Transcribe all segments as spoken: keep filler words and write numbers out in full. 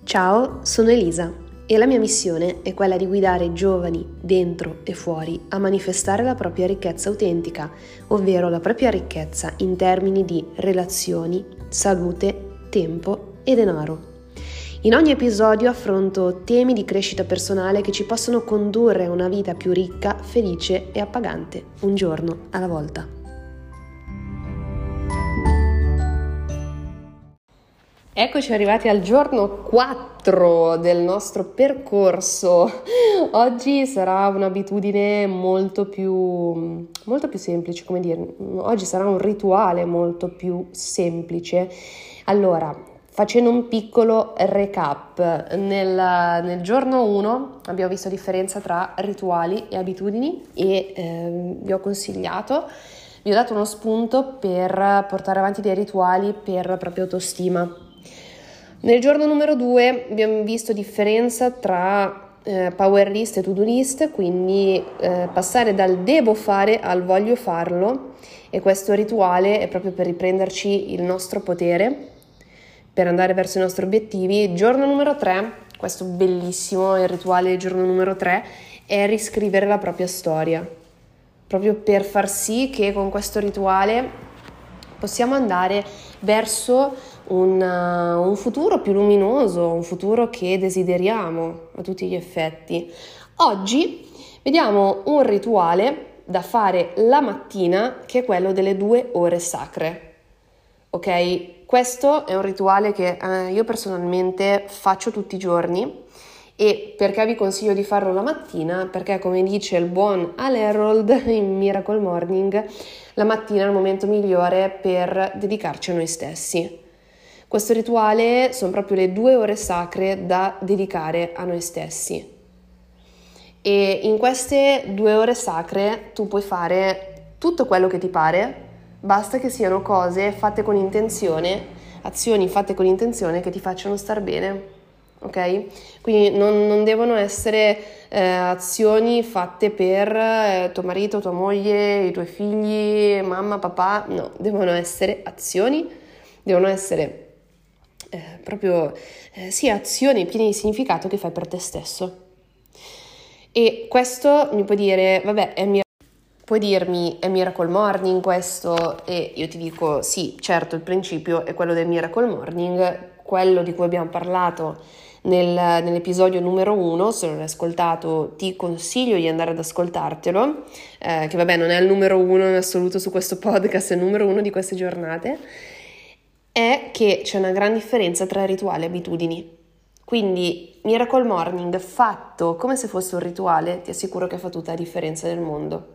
Ciao, sono Elisa e la mia missione è quella di guidare i giovani dentro e fuori a manifestare la propria ricchezza autentica, ovvero la propria ricchezza in termini di relazioni, salute, tempo e denaro. In ogni episodio affronto temi di crescita personale che ci possono condurre a una vita più ricca, felice e appagante, un giorno alla volta. Eccoci arrivati al giorno quattro del nostro percorso. Oggi sarà un'abitudine molto più, molto più semplice, come dire, oggi sarà un rituale molto più semplice. Allora, facendo un piccolo recap, nel, nel giorno uno abbiamo visto la differenza tra rituali e abitudini e eh, vi ho consigliato, vi ho dato uno spunto per portare avanti dei rituali per la propria autostima. Nel giorno numero due abbiamo visto differenza tra eh, power list e to-do list, quindi eh, passare dal devo fare al voglio farlo, e questo rituale è proprio per riprenderci il nostro potere, per andare verso i nostri obiettivi. Giorno numero tre, questo bellissimo, il rituale del giorno numero tre, è riscrivere la propria storia, proprio per far sì che con questo rituale possiamo andare verso un, uh, un futuro più luminoso, un futuro che desideriamo a tutti gli effetti. Oggi vediamo un rituale da fare la mattina, che è quello delle due ore sacre. Ok? Questo è un rituale che uh, io personalmente faccio tutti i giorni. E perché vi consiglio di farlo la mattina? Perché, come dice il buon Al Harold in Miracle Morning, la mattina è il momento migliore per dedicarci a noi stessi. Questo rituale sono proprio le due ore sacre da dedicare a noi stessi. E in queste due ore sacre tu puoi fare tutto quello che ti pare, basta che siano cose fatte con intenzione, azioni fatte con intenzione che ti facciano star bene. Ok? Quindi non, non devono essere eh, azioni fatte per eh, tuo marito, tua moglie, i tuoi figli, mamma, papà, no, devono essere azioni, devono essere eh, proprio eh, sì, azioni piene di significato che fai per te stesso. E questo mi puoi dire, vabbè, è mia... puoi dirmi è Miracle Morning questo, e io ti dico sì, certo, il principio è quello del Miracle Morning, quello di cui abbiamo parlato Nel, nell'episodio numero uno. Se non l'hai ascoltato ti consiglio di andare ad ascoltartelo, eh, che vabbè non è il numero uno in assoluto su questo podcast, è il numero uno di queste giornate, è che c'è una gran differenza tra rituali e abitudini. Quindi Miracle Morning fatto come se fosse un rituale ti assicuro che fa tutta la differenza del mondo.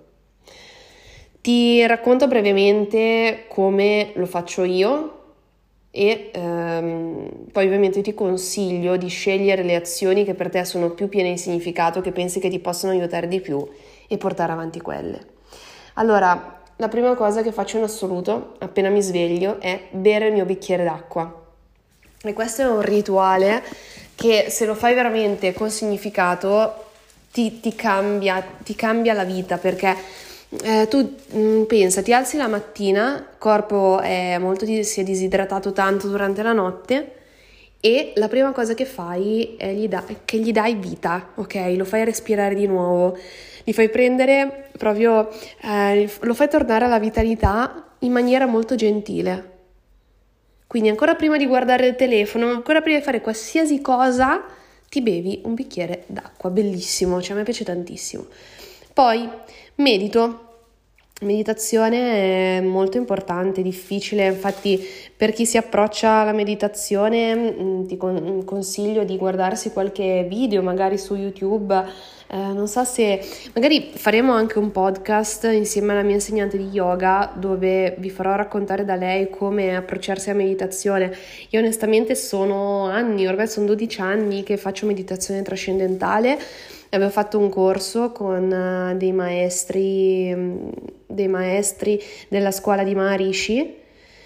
Ti racconto brevemente come lo faccio io e ehm, poi ovviamente ti consiglio di scegliere le azioni che per te sono più piene di significato, che pensi che ti possono aiutare di più, e portare avanti quelle. Allora, la prima cosa che faccio in assoluto appena mi sveglio è bere il mio bicchiere d'acqua, e questo è un rituale che, se lo fai veramente con significato, ti, ti cambia, ti cambia la vita, perché Eh, tu mh, pensa, ti alzi la mattina, il corpo è molto, si è disidratato tanto durante la notte, e la prima cosa che fai è gli da, che gli dai vita, ok? Lo fai respirare di nuovo, gli fai prendere proprio, eh, lo fai tornare alla vitalità in maniera molto gentile. Quindi ancora prima di guardare il telefono, ancora prima di fare qualsiasi cosa, ti bevi un bicchiere d'acqua, bellissimo, cioè a me piace tantissimo. Poi medito. Meditazione è molto importante, difficile, infatti per chi si approccia alla meditazione ti consiglio di guardarsi qualche video magari su YouTube, eh, non so se magari faremo anche un podcast insieme alla mia insegnante di yoga dove vi farò raccontare da lei come approcciarsi alla meditazione. Io onestamente sono anni, ormai sono dodici anni che faccio meditazione trascendentale. Avevo fatto un corso con uh, dei maestri, um, dei maestri della scuola di Maharishi,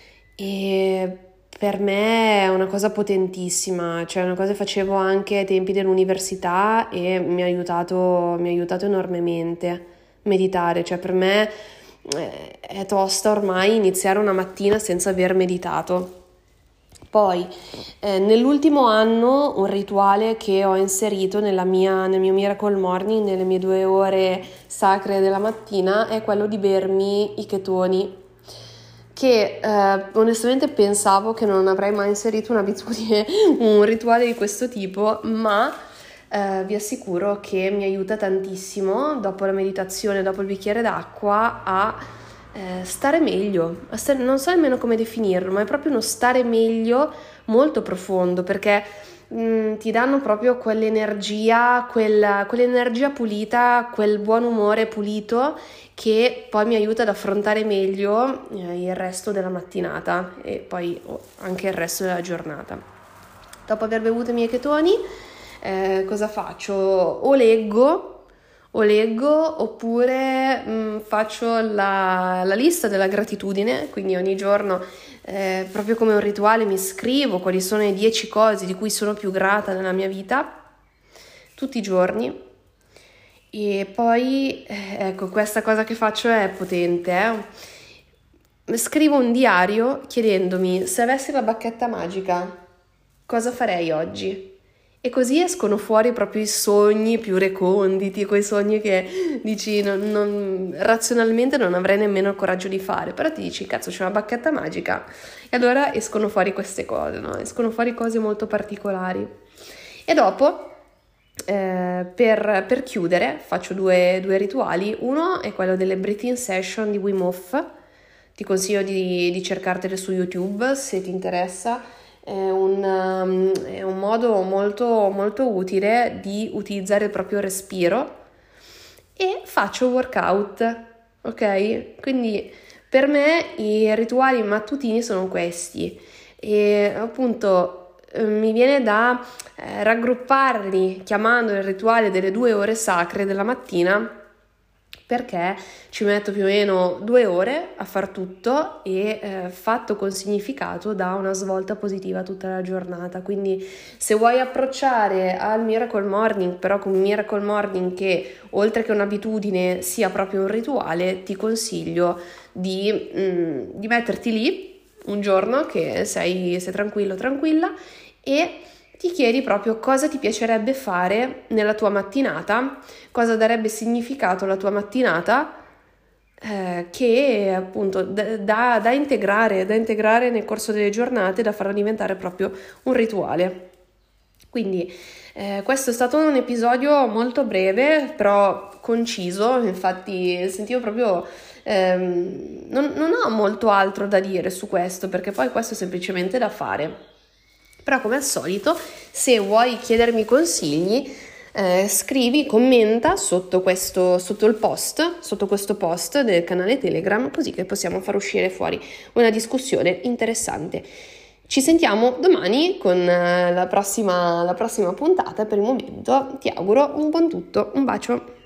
e per me è una cosa potentissima, cioè una cosa che facevo anche ai tempi dell'università e mi ha aiutato, mi ha aiutato enormemente meditare, cioè per me eh, è tosta ormai iniziare una mattina senza aver meditato. Poi eh, nell'ultimo anno un rituale che ho inserito nella mia, nel mio Miracle Morning, nelle mie due ore sacre della mattina, è quello di bermi i chetoni, che eh, onestamente pensavo che non avrei mai inserito un'abitudine, un rituale di questo tipo, ma eh, vi assicuro che mi aiuta tantissimo dopo la meditazione, dopo il bicchiere d'acqua, a Eh, stare meglio, a stare, non so nemmeno come definirlo, ma è proprio uno stare meglio molto profondo, perché mh, ti danno proprio quell'energia, quella, quell'energia pulita, quel buon umore pulito che poi mi aiuta ad affrontare meglio eh, il resto della mattinata e poi oh, anche il resto della giornata. Dopo aver bevuto i miei chetoni, eh, cosa faccio? O leggo o leggo oppure mh, faccio la, la lista della gratitudine, quindi ogni giorno eh, proprio come un rituale mi scrivo quali sono le dieci cose di cui sono più grata nella mia vita tutti i giorni. E poi eh, ecco, questa cosa che faccio è potente, eh? Scrivo un diario chiedendomi: se avessi la bacchetta magica cosa farei oggi? E così escono fuori proprio i sogni più reconditi, quei sogni che dici non, non, razionalmente non avrei nemmeno il coraggio di fare, però ti dici cazzo c'è una bacchetta magica e allora escono fuori queste cose, no? Escono fuori cose molto particolari. E dopo eh, per, per chiudere faccio due, due rituali. Uno è quello delle breathing session di Wim Hof, ti consiglio di, di cercartele su YouTube se ti interessa. È un, um, è un modo molto, molto utile di utilizzare il proprio respiro. E faccio workout, ok? Quindi per me i rituali mattutini sono questi e appunto eh, mi viene da eh, raggrupparli chiamando il rituale delle due ore sacre della mattina, perché ci metto più o meno due ore a far tutto e eh, fatto con significato dà una svolta positiva tutta la giornata. Quindi se vuoi approcciare al Miracle Morning, però con un Miracle Morning che oltre che un'abitudine sia proprio un rituale, ti consiglio di, mm, di metterti lì un giorno che sei, sei tranquillo, tranquilla e ti chiedi proprio cosa ti piacerebbe fare nella tua mattinata, cosa darebbe significato alla tua mattinata, eh, che appunto da, da integrare, da integrare nel corso delle giornate, da farlo diventare proprio un rituale. Quindi eh, questo è stato un episodio molto breve, però conciso, infatti sentivo proprio... Ehm, non, non ho molto altro da dire su questo, perché poi questo è semplicemente da fare. Però come al solito, se vuoi chiedermi consigli, eh, scrivi, commenta sotto questo, sotto il post, sotto questo post del canale Telegram, così che possiamo far uscire fuori una discussione interessante. Ci sentiamo domani con la prossima, la prossima puntata. Per il momento ti auguro un buon tutto, un bacio.